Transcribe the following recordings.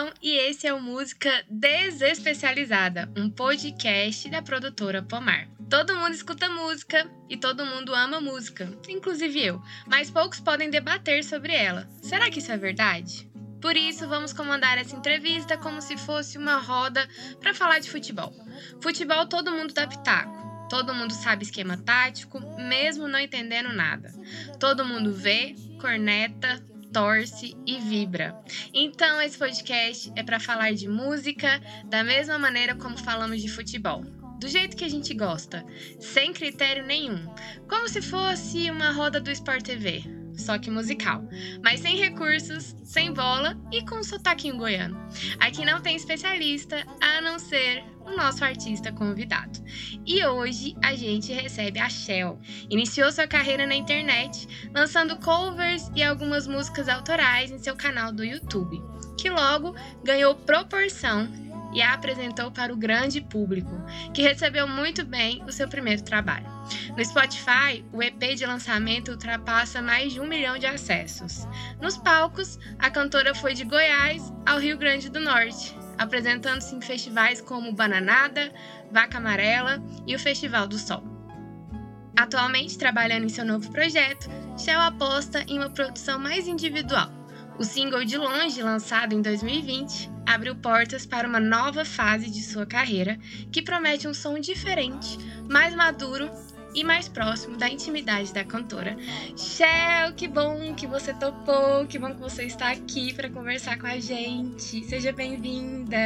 João e esse é o Música Desespecializada, um podcast da produtora Pomar. Todo mundo escuta música e todo mundo ama música, inclusive eu, mas poucos podem debater sobre ela. Será que isso é verdade? Por isso, vamos comandar essa entrevista como se fosse uma roda para falar de futebol. Futebol todo mundo dá pitaco, todo mundo sabe esquema tático, mesmo não entendendo nada. Todo mundo vê, corneta, torce e vibra. Então, esse podcast é para falar de música da mesma maneira como falamos de futebol. Do jeito que a gente gosta, sem critério nenhum. Como se fosse uma roda do Sport TV, só que musical. Mas sem recursos, sem bola e com um sotaquinho goiano. Aqui não tem especialista, a não ser o nosso artista convidado. E hoje a gente recebe a Shell. Iniciou sua carreira na internet, lançando covers e algumas músicas autorais em seu canal do YouTube, que logo ganhou proporção e a apresentou para o grande público, que recebeu muito bem o seu primeiro trabalho. No Spotify, o EP de lançamento ultrapassa mais de 1 milhão de acessos. Nos palcos, a cantora foi de Goiás ao Rio Grande do Norte, apresentando-se em festivais como Bananada, Vaca Amarela e o Festival do Sol. Atualmente, trabalhando em seu novo projeto, Shell aposta em uma produção mais individual. O single De Longe, lançado em 2020, abriu portas para uma nova fase de sua carreira, que promete um som diferente, mais maduro e mais próximo da intimidade da cantora. Shell, que bom que você topou, que bom que você está aqui para conversar com a gente. Seja bem-vinda!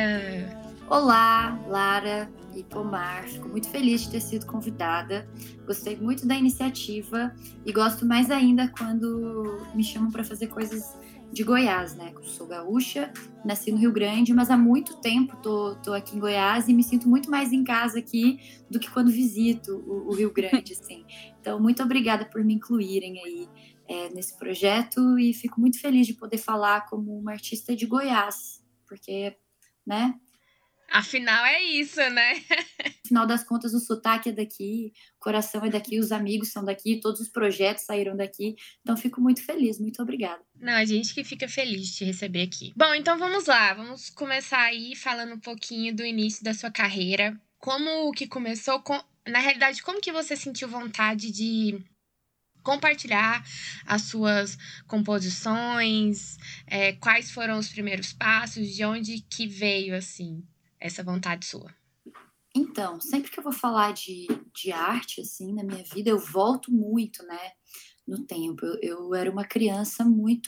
Olá, Lara e Pomar. Fico muito feliz de ter sido convidada. Gostei muito da iniciativa e gosto mais ainda quando me chamam para fazer coisas de Goiás, né? Eu sou gaúcha, nasci no Rio Grande, mas há muito tempo tô aqui em Goiás e me sinto muito mais em casa aqui do que quando visito o Rio Grande, assim. Então, muito obrigada por me incluírem aí nesse projeto e fico muito feliz de poder falar como uma artista de Goiás, porque, né? Afinal é isso, né? No final das contas, o sotaque é daqui, o coração é daqui, os amigos são daqui, todos os projetos saíram daqui. Então, fico muito feliz. Muito obrigada. Não, a gente que fica feliz de te receber aqui. Bom, então vamos lá. Vamos começar aí falando um pouquinho do início da sua carreira. Como que começou? Na realidade, como que você sentiu vontade de compartilhar as suas composições? Quais foram os primeiros passos? De onde que veio, assim, essa vontade sua? Então, sempre que eu vou falar de arte, assim, na minha vida, eu volto muito, né, no tempo. Eu era uma criança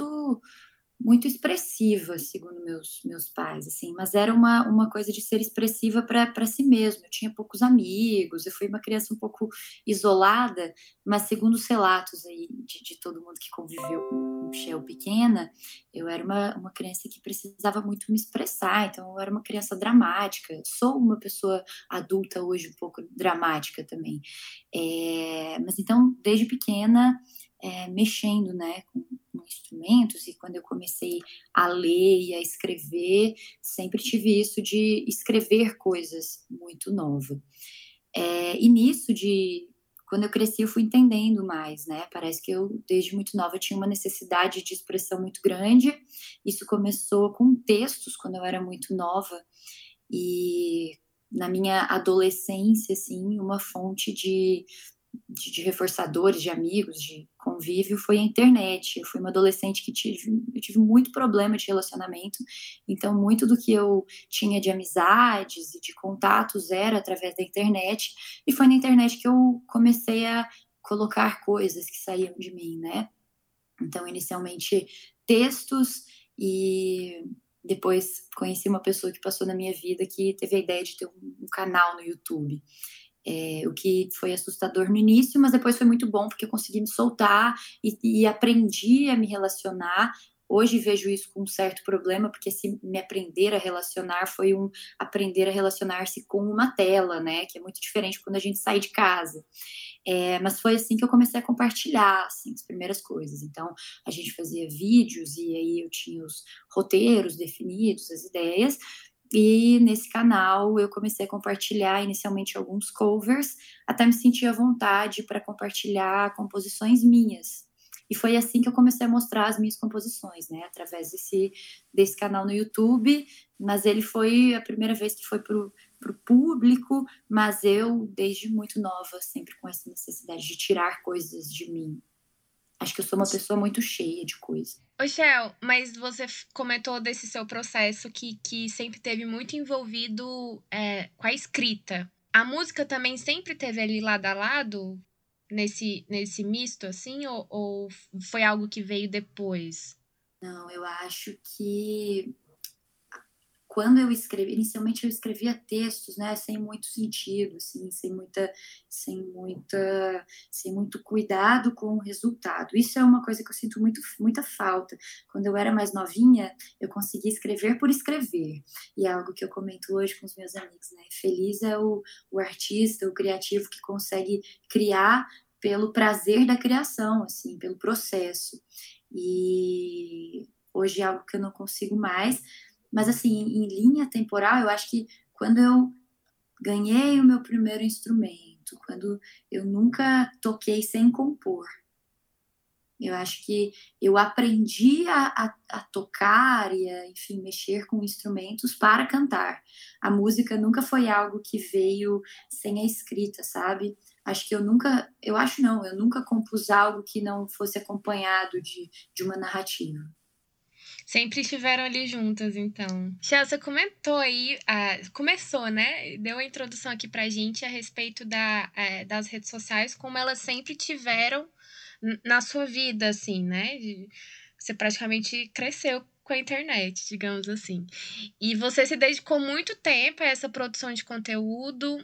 muito expressiva, segundo meus pais, assim, mas era uma coisa de ser expressiva para si mesmo. Eu tinha poucos amigos, eu fui uma criança um pouco isolada, mas segundo os relatos aí de todo mundo que conviveu com o Shell pequena, eu era uma criança que precisava muito me expressar, então eu era uma criança dramática. Sou uma pessoa adulta hoje um pouco dramática também. Mas então, desde pequena, mexendo, né, com instrumentos, e quando eu comecei a ler e a escrever, sempre tive isso de escrever coisas muito nova. E nisso quando eu cresci, eu fui entendendo mais, né? Parece que eu, desde muito nova, tinha uma necessidade de expressão muito grande. Isso começou com textos, quando eu era muito nova, e na minha adolescência, assim, uma fonte de reforçadores, de amigos, de convívio, foi a internet. Eu fui uma adolescente que eu tive muito problema de relacionamento, então muito do que eu tinha de amizades e de contatos era através da internet, e foi na internet que eu comecei a colocar coisas que saíam de mim, né? Então, inicialmente, textos, e depois conheci uma pessoa que passou na minha vida que teve a ideia de ter um canal no YouTube. O que foi assustador no início, mas depois foi muito bom, porque eu consegui me soltar e aprendi a me relacionar. Hoje vejo isso com um certo problema, porque se me aprender a relacionar foi aprender a relacionar-se com uma tela, né? Que é muito diferente quando a gente sai de casa. Mas foi assim que eu comecei a compartilhar, assim, as primeiras coisas. Então, a gente fazia vídeos e aí eu tinha os roteiros definidos, as ideias. E nesse canal eu comecei a compartilhar inicialmente alguns covers, até me sentir à vontade para compartilhar composições minhas. E foi assim que eu comecei a mostrar as minhas composições, né? Através desse canal no YouTube, mas ele foi a primeira vez que foi pro público, mas eu, desde muito nova, sempre com essa necessidade de tirar coisas de mim. Acho que eu sou uma pessoa muito cheia de coisa. Ô, Shel, mas você comentou desse seu processo que sempre teve muito envolvido com a escrita. A música também sempre teve ali lado a lado, nesse misto, assim, ou foi algo que veio depois? Não, eu acho que quando eu escrevi, inicialmente eu escrevia textos, né, sem muito sentido, assim, sem muito cuidado com o resultado. Isso é uma coisa que eu sinto muita falta. Quando eu era mais novinha, eu conseguia escrever por escrever. E é algo que eu comento hoje com os meus amigos, né? Feliz é o artista, o criativo que consegue criar pelo prazer da criação, assim, pelo processo. E hoje é algo que eu não consigo mais. Mas, assim, em linha temporal, eu acho que quando eu ganhei o meu primeiro instrumento, quando eu nunca toquei sem compor, eu acho que eu aprendi a tocar e a, enfim, mexer com instrumentos para cantar. A música nunca foi algo que veio sem a escrita, sabe? Acho que eu nunca compus algo que não fosse acompanhado de uma narrativa. Sempre estiveram ali juntas, então. Shel, você comentou aí, começou, né? Deu a introdução aqui pra gente a respeito das redes sociais, como elas sempre tiveram na sua vida, assim, né? Você praticamente cresceu com a internet, digamos assim. E você se dedicou muito tempo a essa produção de conteúdo.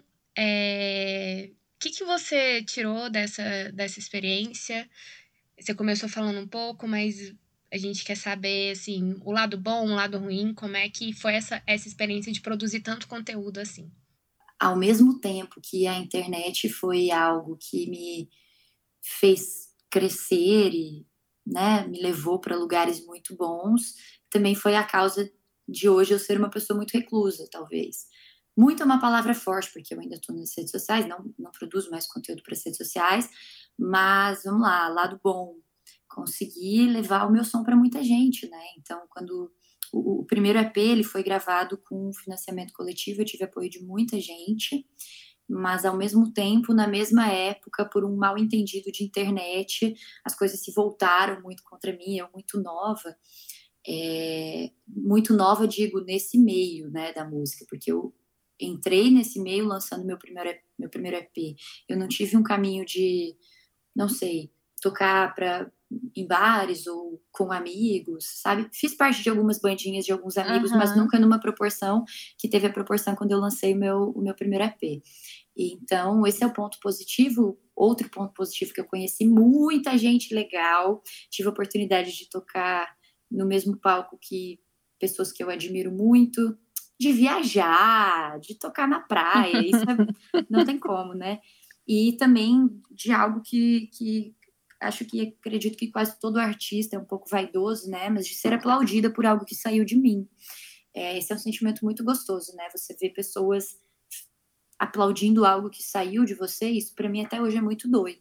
O que você tirou dessa experiência? Você começou falando um pouco, mas a gente quer saber, assim, o lado bom, o lado ruim, como é que foi essa experiência de produzir tanto conteúdo assim? Ao mesmo tempo que a internet foi algo que me fez crescer e, né, me levou para lugares muito bons, também foi a causa de hoje eu ser uma pessoa muito reclusa, talvez. Muito é uma palavra forte, porque eu ainda estou nas redes sociais, não produzo mais conteúdo para as redes sociais, mas vamos lá, lado bom, consegui levar o meu som para muita gente, né? Então, quando o primeiro EP ele foi gravado com financiamento coletivo, eu tive apoio de muita gente, mas ao mesmo tempo, na mesma época, por um mal entendido de internet, as coisas se voltaram muito contra mim, eu muito nova, digo, nesse meio, né, da música, porque eu entrei nesse meio lançando meu primeiro EP. Eu não tive um caminho de, não sei, tocar em bares ou com amigos, sabe? Fiz parte de algumas bandinhas de alguns amigos, mas nunca numa proporção que teve a proporção quando eu lancei o meu primeiro EP. Então, esse é o ponto positivo. Outro ponto positivo que eu conheci muita gente legal, tive a oportunidade de tocar no mesmo palco que pessoas que eu admiro muito, de viajar, de tocar na praia, isso não tem como, né? E também de algo que acredito que quase todo artista é um pouco vaidoso, né? Mas de ser aplaudida por algo que saiu de mim. Esse é um sentimento muito gostoso, né? Você vê pessoas aplaudindo algo que saiu de você, isso para mim até hoje é muito doido.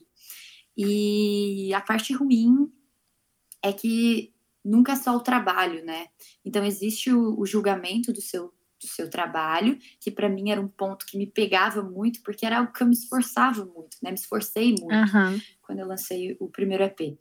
E a parte ruim é que nunca é só o trabalho, né? Então existe o julgamento do seu trabalho, que para mim era um ponto que me pegava muito, porque era algo que eu me esforçava muito, né? Me esforcei muito quando eu lancei o primeiro EP.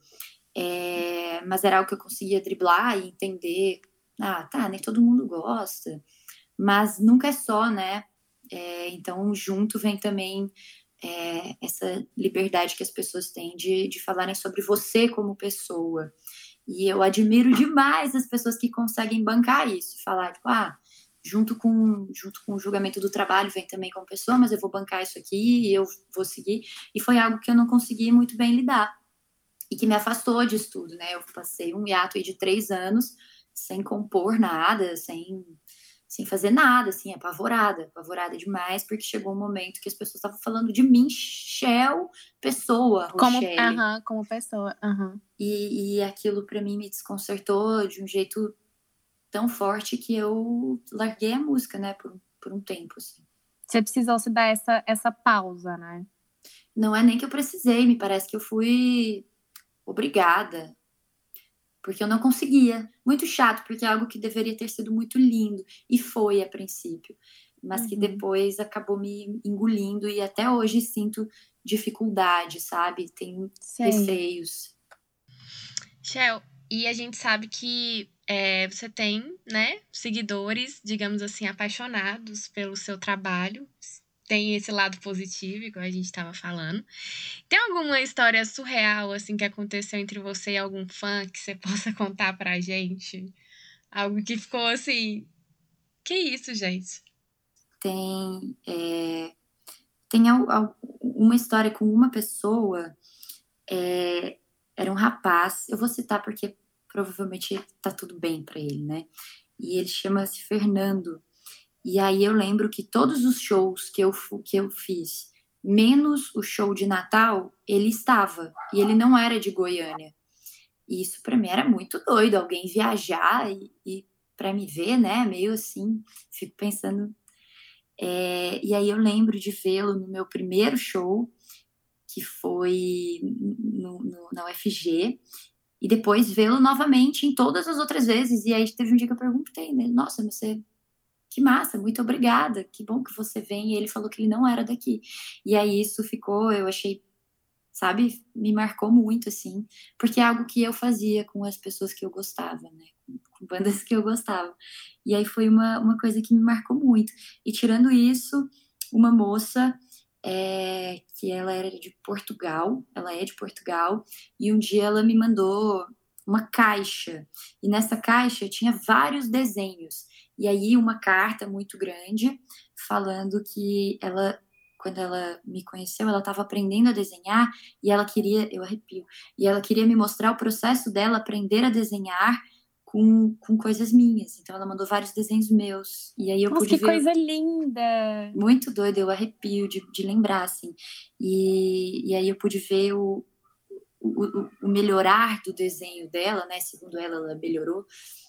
Mas era algo que eu conseguia driblar e entender. Tá, nem todo mundo gosta, mas nunca é só, né? Então, junto vem também essa liberdade que as pessoas têm de falarem sobre você como pessoa. E eu admiro demais as pessoas que conseguem bancar isso, falar, tipo, junto com o julgamento do trabalho vem também como pessoa, mas eu vou bancar isso aqui e eu vou seguir. E foi algo que eu não consegui muito bem lidar e que me afastou disso tudo, né? Eu passei um hiato aí de 3 anos sem compor nada, sem fazer nada, assim, apavorada demais, porque chegou um momento que as pessoas estavam falando de mim, Shel, pessoa, Rochelle. Como pessoa, E aquilo para mim me desconcertou de um jeito tão forte que eu larguei a música, né, por um tempo, assim. Você precisou se dar essa pausa, né? Não é nem que eu precisei, me parece que eu fui obrigada, porque eu não conseguia. Muito chato, porque é algo que deveria ter sido muito lindo, e foi a princípio, mas que depois acabou me engolindo, e até hoje sinto dificuldade, sabe? Tenho Sei. receios. Shell, e a gente sabe que você tem, né, seguidores, digamos assim, apaixonados pelo seu trabalho. Tem esse lado positivo, igual a gente estava falando. Tem alguma história surreal, assim, que aconteceu entre você e algum fã que você possa contar pra gente? Algo que ficou assim. Que isso, gente? Tem, uma história com uma pessoa, era um rapaz, eu vou citar porque provavelmente tá tudo bem para ele, né? E ele chama-se Fernando. E aí eu lembro que todos os shows que eu fiz, menos o show de Natal, ele estava. E ele não era de Goiânia. E isso para mim era muito doido, alguém viajar e para me ver, né? Meio assim, fico pensando. E aí eu lembro de vê-lo no meu primeiro show, que foi na UFG, e depois vê-lo novamente em todas as outras vezes. E aí teve um dia que eu perguntei, né? Nossa, você, que massa, muito obrigada, que bom que você vem. E ele falou que ele não era daqui. E aí isso ficou, eu achei, sabe, me marcou muito, assim, porque é algo que eu fazia com as pessoas que eu gostava, né? Com bandas que eu gostava. E aí foi uma coisa que me marcou muito. E tirando isso, uma moça que ela era de Portugal, ela é de Portugal, e um dia ela me mandou uma caixa, e nessa caixa tinha vários desenhos, e aí uma carta muito grande falando que ela, quando ela me conheceu, ela estava aprendendo a desenhar, e ela queria, eu arrepio, e ela queria me mostrar o processo dela aprender a desenhar com coisas minhas. Então ela mandou vários desenhos meus, e aí eu Nossa, pude que ver. coisa linda! Muito doido, eu arrepio de lembrar, assim. E aí eu pude ver o melhorar do desenho dela, né? Segundo ela, ela melhorou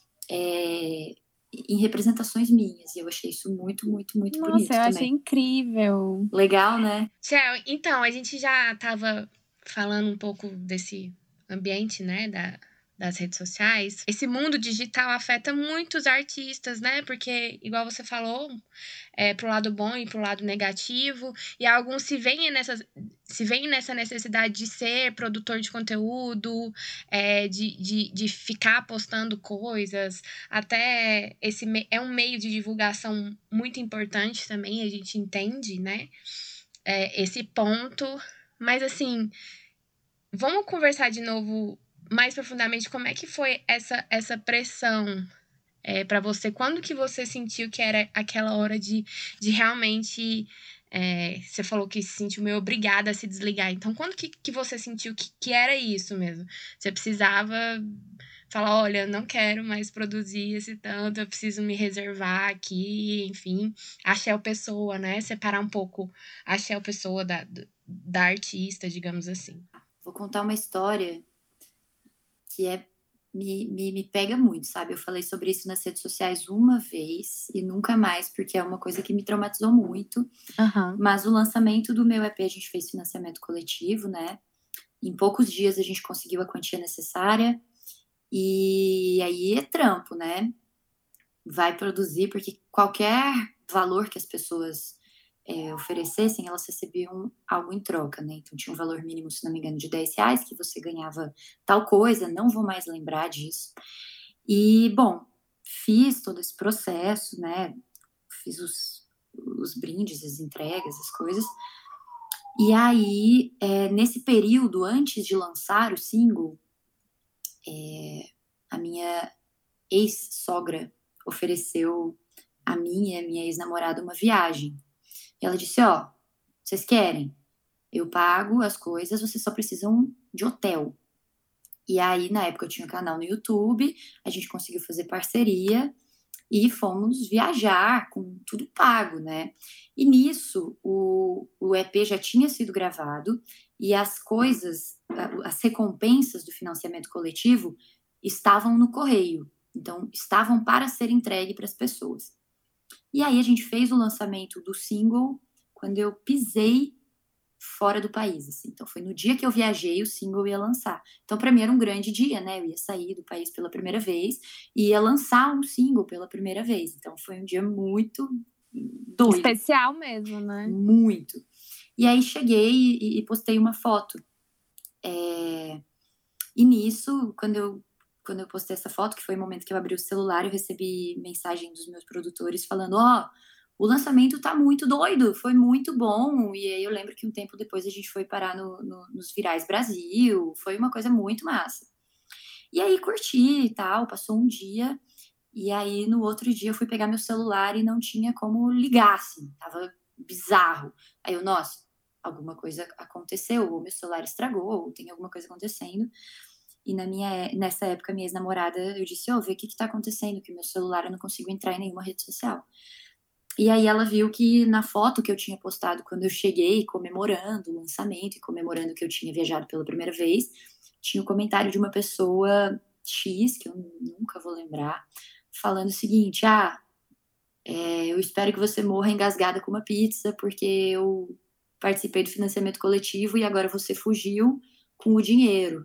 em representações minhas. E eu achei isso muito, muito, muito Nossa, bonito eu achei também. incrível. Legal, né? Shell, então, a gente já estava falando um pouco desse ambiente, né, das redes sociais. Esse mundo digital afeta muitos artistas, né? Porque, igual você falou, pro lado bom e pro lado negativo. E alguns se veem nessa necessidade de ser produtor de conteúdo, de ficar postando coisas. Até é um meio de divulgação muito importante também, a gente entende, né? Esse ponto. Mas assim, vamos conversar de novo mais profundamente como é que foi essa pressão para você. Quando que você sentiu que era aquela hora de realmente. Você falou que se sentiu meio obrigada a se desligar. Então, quando que você sentiu que era isso mesmo? Você precisava falar, olha, eu não quero mais produzir esse tanto, eu preciso me reservar aqui, enfim. A Shell Pessoa, né? Separar um pouco a Shell Pessoa da artista, digamos assim. Vou contar uma história que me pega muito, sabe? Eu falei sobre isso nas redes sociais uma vez e nunca mais, porque é uma coisa que me traumatizou muito. Uhum. Mas o lançamento do meu EP, a gente fez financiamento coletivo, né? Em poucos dias a gente conseguiu a quantia necessária. E aí é trampo, né? Vai produzir, porque qualquer valor que as pessoas oferecessem, elas recebiam algo em troca, né? Então tinha um valor mínimo, se não me engano, de R$ 10, que você ganhava tal coisa, não vou mais lembrar disso. E, bom, fiz todo esse processo, né? Fiz os brindes, as entregas, as coisas. E aí, nesse período, antes de lançar o single, a minha ex-sogra ofereceu a mim e a minha ex-namorada uma viagem. E ela disse, ó, vocês querem? Eu pago as coisas, vocês só precisam de hotel. E aí, na época, eu tinha um canal no YouTube, a gente conseguiu fazer parceria e fomos viajar com tudo pago, né? E nisso, o EP já tinha sido gravado e as coisas, as recompensas do financiamento coletivo estavam no correio. Então, estavam para ser entregue para as pessoas. E aí a gente fez o lançamento do single. Quando eu pisei fora do país, assim. Então foi no dia que eu viajei, o single ia lançar. Então pra mim era um grande dia, né? Eu ia sair do país pela primeira vez e ia lançar um single pela primeira vez. Então foi um dia muito doido. Especial mesmo, né? Muito. E aí cheguei e postei uma foto. E nisso, quando eu postei essa foto, que foi o momento que eu abri o celular, eu recebi mensagem dos meus produtores falando, o lançamento tá muito doido, foi muito bom. E aí eu lembro que um tempo depois a gente foi parar nos Virais Brasil, foi uma coisa muito massa. E aí curti e tal, passou um dia, e aí no outro dia eu fui pegar meu celular e não tinha como ligar, assim, tava bizarro. Aí eu, nossa, alguma coisa aconteceu, ou meu celular estragou, ou tem alguma coisa acontecendo. E nessa época, minha ex-namorada, eu disse, vê o que tá acontecendo, que meu celular eu não consigo entrar em nenhuma rede social. E aí ela viu que na foto que eu tinha postado quando eu cheguei, comemorando o lançamento e comemorando que eu tinha viajado pela primeira vez, tinha um comentário de uma pessoa X, que eu nunca vou lembrar, falando o seguinte, eu espero que você morra engasgada com uma pizza, porque eu participei do financiamento coletivo e agora você fugiu com o dinheiro.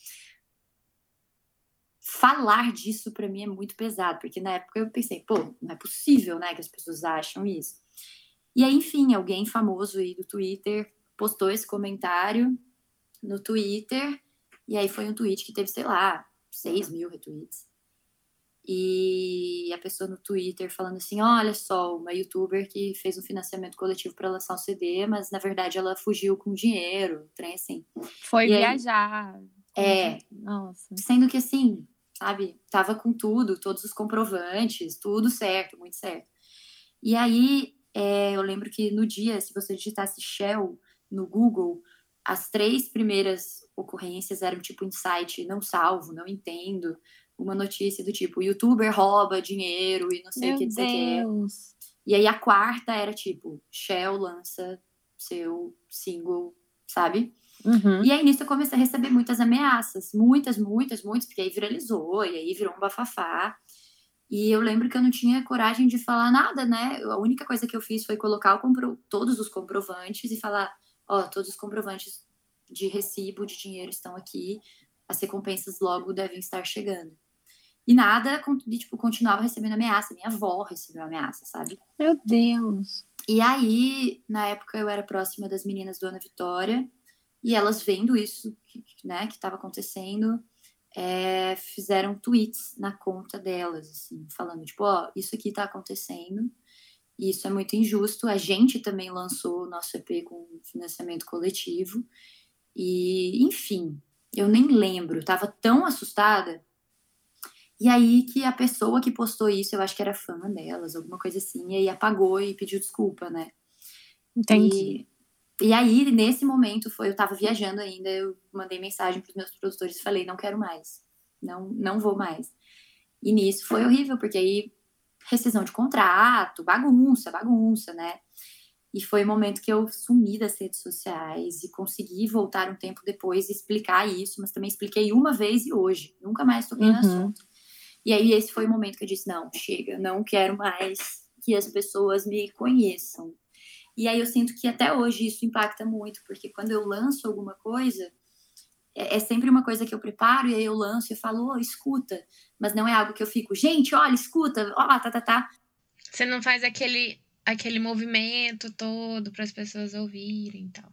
Falar disso pra mim é muito pesado, porque na época eu pensei, pô, não é possível, né, que as pessoas acham isso. E aí, enfim, alguém famoso aí do Twitter postou esse comentário no Twitter, e aí foi um tweet que teve, sei lá, 6 mil retweets. E a pessoa no Twitter falando assim, olha só, uma youtuber que fez um financiamento coletivo para lançar um CD, mas na verdade ela fugiu com dinheiro, trem assim. Foi E aí, viajar. Nossa. sendo que assim, sabe, tava com tudo, todos os comprovantes, tudo certo, muito certo. E aí, eu lembro que no dia, se você digitasse Shell no Google, as 3 primeiras ocorrências eram tipo insight, não salvo, não entendo, uma notícia do tipo, youtuber rouba dinheiro e não sei o que você quer. E aí a quarta era tipo, Shell lança seu single, sabe? Uhum. E aí nisso eu comecei a receber muitas ameaças, muitas, porque aí viralizou, e aí virou um bafafá. E eu lembro que eu não tinha coragem de falar nada, né? A única coisa que eu fiz foi colocar todos os comprovantes e falar, todos os comprovantes de recibo de dinheiro estão aqui, as recompensas logo devem estar chegando. E nada, tipo, continuava recebendo ameaça. Minha avó recebeu ameaça, sabe? Meu Deus. E aí, na época, eu era próxima das meninas do Ana Vitória, e elas vendo isso, né, que estava acontecendo, fizeram tweets na conta delas, assim, falando, tipo, isso aqui tá acontecendo, e isso é muito injusto. A gente também lançou o nosso EP com financiamento coletivo, e, enfim, eu nem lembro, tava tão assustada. E aí que a pessoa que postou isso, eu acho que era fã delas, alguma coisa assim, e aí apagou e pediu desculpa, né? Entendi. E aí, nesse momento, eu tava viajando ainda, eu mandei mensagem pros meus produtores e falei, não quero mais, não vou mais. E nisso foi horrível, porque aí, rescisão de contrato, bagunça, né? E foi o momento que eu sumi das redes sociais e consegui voltar um tempo depois e explicar isso, mas também expliquei uma vez e hoje, nunca mais toquei no assunto. E aí esse foi o momento que eu disse, não, chega, não quero mais que as pessoas me conheçam. E aí eu sinto que até hoje isso impacta muito, porque quando eu lanço alguma coisa, é sempre uma coisa que eu preparo, e aí eu lanço e falo, escuta. Mas não é algo que eu fico, gente, olha, escuta, tá. Você não faz aquele movimento todo para as pessoas ouvirem e tal.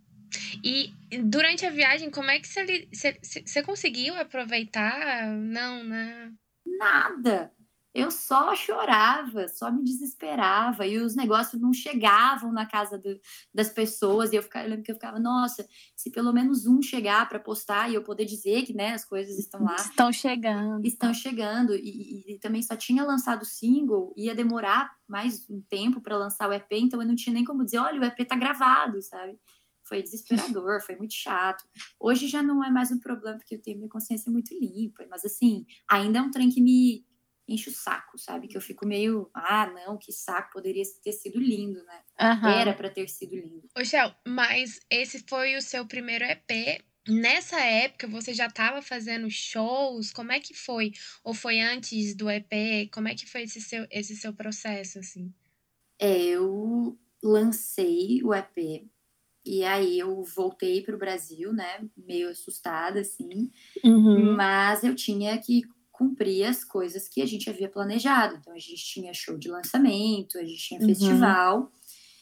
E durante a viagem, como é que você conseguiu aproveitar? Não, né? Nada. Eu só chorava, só me desesperava, e os negócios não chegavam na casa das pessoas, e eu lembro que eu ficava, nossa, se pelo menos um chegar para postar e eu poder dizer que, né, as coisas estão lá. Estão chegando. Estão chegando, e também só tinha lançado o single, ia demorar mais um tempo para lançar o EP, então eu não tinha nem como dizer, olha, o EP tá gravado, sabe? Foi desesperador, foi muito chato. Hoje já não é mais um problema, porque eu tenho minha consciência muito limpa, mas assim, ainda é um trem que me enche o saco, sabe? Que eu fico meio, não, que saco, poderia ter sido lindo, né? Era para ter sido lindo. Ô, Shell, mas esse foi o seu primeiro EP. Nessa época, você já estava fazendo shows? Como é que foi? Ou foi antes do EP? Como é que foi esse seu processo, assim? Eu lancei o EP E aí eu voltei para o Brasil, né? Meio assustada, assim. Uhum. Mas eu tinha que cumprir as coisas que a gente havia planejado. Então, a gente tinha show de lançamento, a gente tinha festival.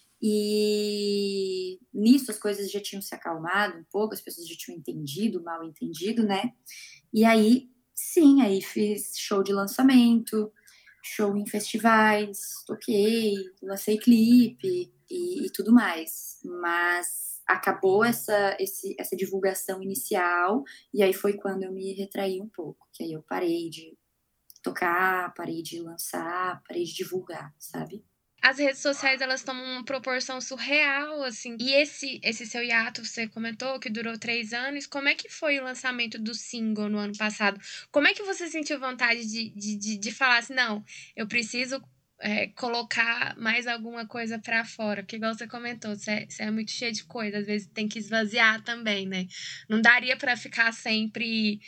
E nisso as coisas já tinham se acalmado um pouco, as pessoas já tinham entendido, mal entendido, né? E aí, sim, aí fiz show de lançamento, show em festivais, toquei, lancei clipe e tudo mais. Mas acabou essa divulgação inicial, e aí foi quando eu me retraí um pouco, que aí eu parei de tocar, parei de lançar, parei de divulgar, sabe? As redes sociais, elas tomam uma proporção surreal, assim. E esse seu hiato, você comentou que durou 3 anos. Como é que foi o lançamento do single no ano passado? Como é que você sentiu vontade de falar assim, não, eu preciso colocar mais alguma coisa pra fora? Porque, igual você comentou, você é muito cheio de coisa. Às vezes tem que esvaziar também, né? Não daria pra ficar sempre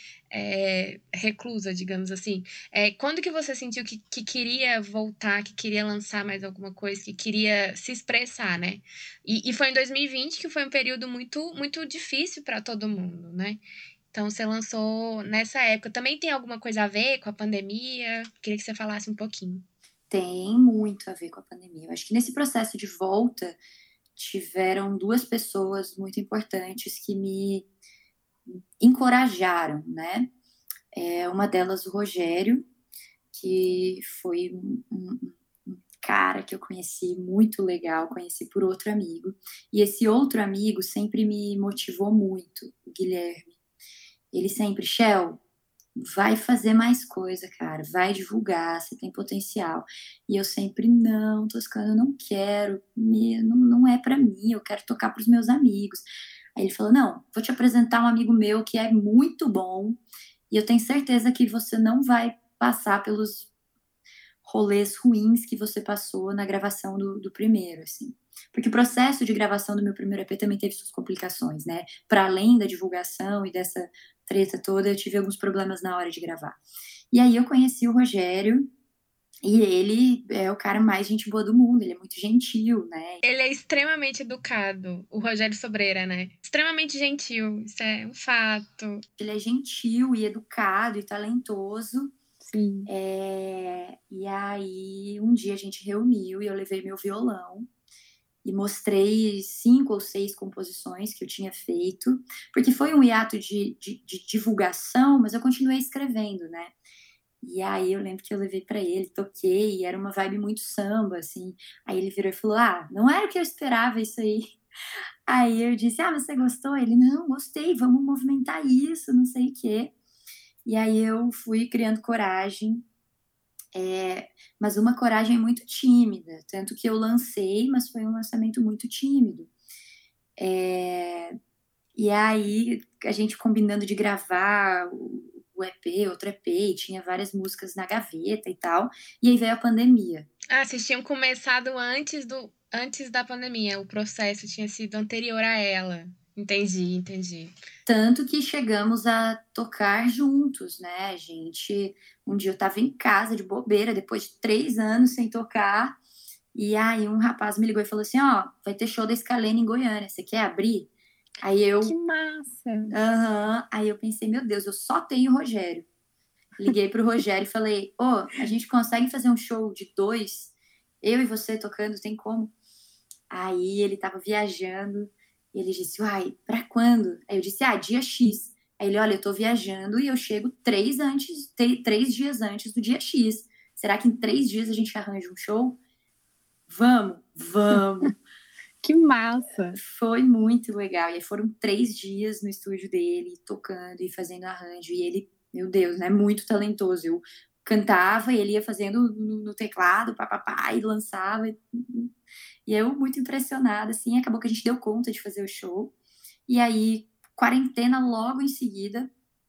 reclusa, digamos assim. Quando que você sentiu que queria voltar, que queria lançar mais alguma coisa, que queria se expressar, né? E foi em 2020, que foi um período muito, muito difícil para todo mundo, né? Então você lançou nessa época. Também tem alguma coisa a ver com a pandemia? Queria que você falasse um pouquinho. Tem muito a ver com a pandemia. Eu acho que nesse processo de volta tiveram 2 pessoas muito importantes que me encorajaram, né? Uma delas, o Rogério, que foi um cara que eu conheci muito legal, conheci por outro amigo. E esse outro amigo sempre me motivou muito, o Guilherme. Ele sempre, Shell, vai fazer mais coisa, cara, vai divulgar, você tem potencial. E eu sempre, não, Toscana, eu não quero, não é pra mim, eu quero tocar pros meus amigos. Aí ele falou, não, vou te apresentar um amigo meu que é muito bom, e eu tenho certeza que você não vai passar pelos rolês ruins que você passou na gravação do primeiro, assim. Porque o processo de gravação do meu primeiro EP também teve suas complicações, né? Para além da divulgação e dessa treta toda, eu tive alguns problemas na hora de gravar. E aí eu conheci o Rogério, e ele é o cara mais gente boa do mundo, ele é muito gentil, né? Ele é extremamente educado, o Rogério Sobreira, né? Extremamente gentil, isso é um fato. Ele é gentil e educado e talentoso. Sim. E aí, um dia a gente reuniu e eu levei meu violão e mostrei 5 ou 6 composições que eu tinha feito, porque foi um hiato de divulgação, mas eu continuei escrevendo, né? E aí eu lembro que eu levei para ele, toquei, e era uma vibe muito samba, assim. Aí ele virou e falou, não era o que eu esperava isso aí. Aí eu disse, você gostou? Ele, não, gostei, vamos movimentar isso, não sei o quê. E aí eu fui criando coragem, mas uma coragem muito tímida, tanto que eu lancei, mas foi um lançamento muito tímido. E aí a gente combinando de gravar o EP, outro EP, e tinha várias músicas na gaveta e tal, e aí veio a pandemia. Vocês tinham começado antes da pandemia, o processo tinha sido anterior a ela. Entendi. Tanto que chegamos a tocar juntos, né, gente? Um dia eu tava em casa de bobeira, depois de 3 anos sem tocar, e aí um rapaz me ligou e falou assim, vai ter show da Scalene em Goiânia, você quer abrir? Aí eu... Que massa! Aí eu pensei, meu Deus, eu só tenho o Rogério. Liguei pro Rogério e falei, a gente consegue fazer um show de 2? Eu e você tocando, tem como? Aí ele tava viajando, e ele disse, pra quando? Aí eu disse, dia X. Aí ele, olha, eu tô viajando e eu chego 3 dias antes do dia X. Será que em 3 dias a gente arranja um show? Vamos! Que massa! Foi muito legal. E aí foram 3 dias no estúdio dele, tocando e fazendo arranjo. E ele, meu Deus, né? Muito talentoso. Eu cantava e ele ia fazendo no teclado, papapá, e lançava. E eu, muito impressionada, assim. Acabou que a gente deu conta de fazer o show. E aí, quarentena logo em seguida.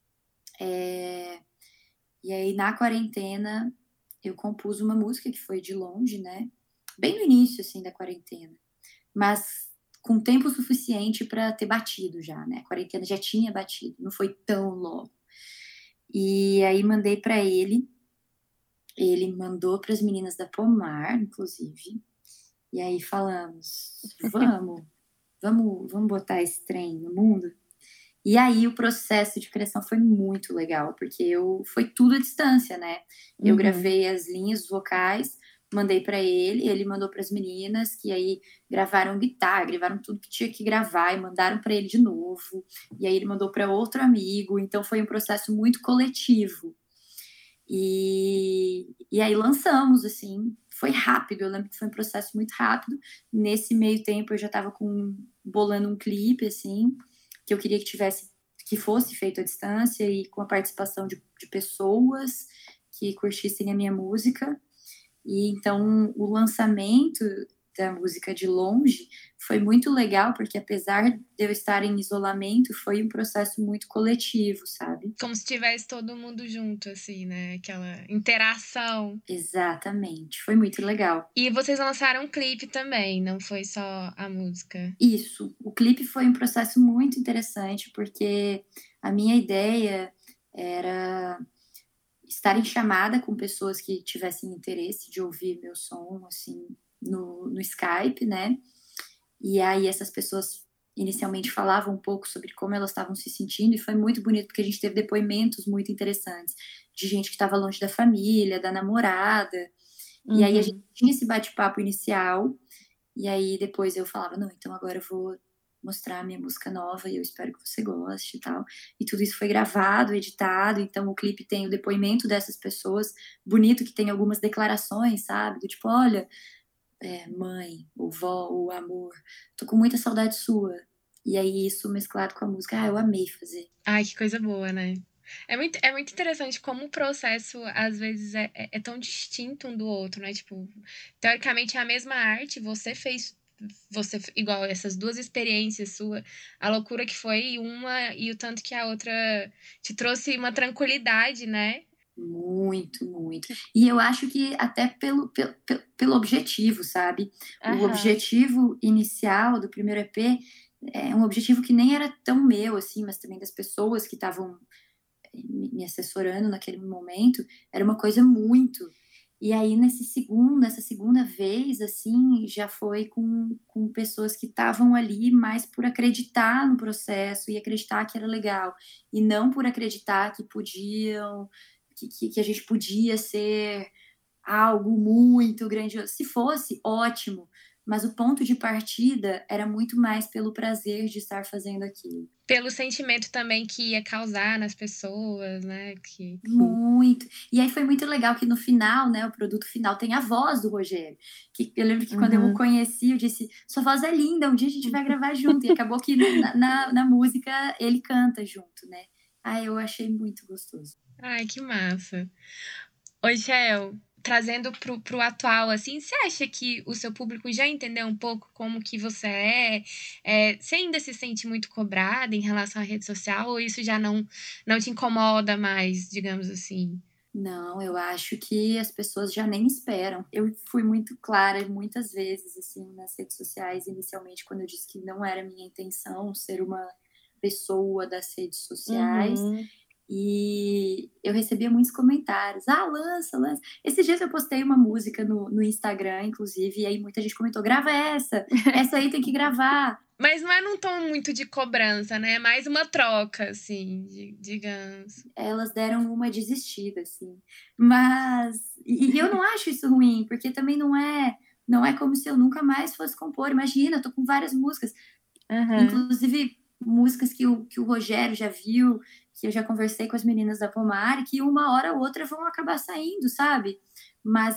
E aí, na quarentena, eu compus uma música que foi De Longe, né? Bem no início, assim, da quarentena. Mas com tempo suficiente para ter batido já, né? A quarentena já tinha batido, não foi tão logo. E aí mandei para ele mandou para as meninas da Pomar, inclusive, e aí falamos, vamos. vamos botar esse trem no mundo? E aí o processo de criação foi muito legal, porque foi tudo à distância, né? Eu gravei as linhas vocais, mandei para ele mandou para as meninas, que aí gravaram guitarra, gravaram tudo que tinha que gravar e mandaram para ele de novo. E aí ele mandou para outro amigo, então foi um processo muito coletivo. E aí lançamos, assim, foi rápido, eu lembro que foi um processo muito rápido. Nesse meio tempo eu já estava bolando um clipe, assim, que eu queria que fosse feito à distância e com a participação de pessoas que curtissem a minha música. E então o lançamento da música de longe foi muito legal, porque apesar de eu estar em isolamento, foi um processo muito coletivo, sabe? Como se tivesse todo mundo junto, assim, né? Aquela interação. Exatamente, foi muito legal. E vocês lançaram um clipe também, não foi só a música? Isso, o clipe foi um processo muito interessante, porque a minha ideia era estar em chamada com pessoas que tivessem interesse de ouvir meu som, assim, no Skype, né? E aí essas pessoas inicialmente falavam um pouco sobre como elas estavam se sentindo, e foi muito bonito, porque a gente teve depoimentos muito interessantes de gente que estava longe da família, da namorada. E aí a gente tinha esse bate-papo inicial, e aí depois eu falava, não, então agora eu vou mostrar a minha música nova e eu espero que você goste e tal. E tudo isso foi gravado, editado, então o clipe tem o depoimento dessas pessoas, bonito que tem algumas declarações, sabe? Do tipo, olha, mãe, ou vó, ou amor, tô com muita saudade sua. E aí isso mesclado com a música, eu amei fazer. Ai, que coisa boa, né? É muito interessante como o processo, às vezes, é tão distinto um do outro, né? Tipo, teoricamente é a mesma arte, igual essas duas experiências sua, a loucura que foi uma e o tanto que a outra te trouxe uma tranquilidade, né? Muito, muito. E eu acho que até pelo objetivo, sabe? O objetivo inicial do primeiro EP é um objetivo que nem era tão meu, assim, mas também das pessoas que estavam me assessorando naquele momento, era uma coisa muito. E aí, nessa segunda vez, assim, já foi com pessoas que estavam ali mais por acreditar no processo e acreditar que era legal, e não por acreditar que podiam, que a gente podia ser algo muito grandioso. Se fosse, ótimo, mas o ponto de partida era muito mais pelo prazer de estar fazendo aquilo. Pelo sentimento também que ia causar nas pessoas, né? Muito. E aí foi muito legal que no final, né, o produto final tem a voz do Rogério. Que eu lembro que quando eu o conheci, eu disse, sua voz é linda, um dia a gente vai gravar junto. E acabou que na música ele canta junto, né? Eu achei muito gostoso. Ai, que massa. Oi, Shell, trazendo pro atual, assim, você acha que o seu público já entendeu um pouco como que você é? Você ainda se sente muito cobrada em relação à rede social ou isso já não te incomoda mais, digamos assim? Não, eu acho que as pessoas já nem esperam. Eu fui muito clara muitas vezes, assim, nas redes sociais, inicialmente, quando eu disse que não era minha intenção ser uma pessoa das redes sociais. E eu recebia muitos comentários. Lança. Esses dias eu postei uma música no Instagram, inclusive, e aí muita gente comentou, grava essa aí tem que gravar. Mas não é num tom muito de cobrança, né? É mais uma troca, assim, digamos. Elas deram uma desistida, assim. Mas... E eu não acho isso ruim, porque também não é como se eu nunca mais fosse compor. Imagina, eu tô com várias músicas. Inclusive, músicas que o Rogério já viu, que eu já conversei com as meninas da Pomar, e que uma hora ou outra vão acabar saindo, sabe? Mas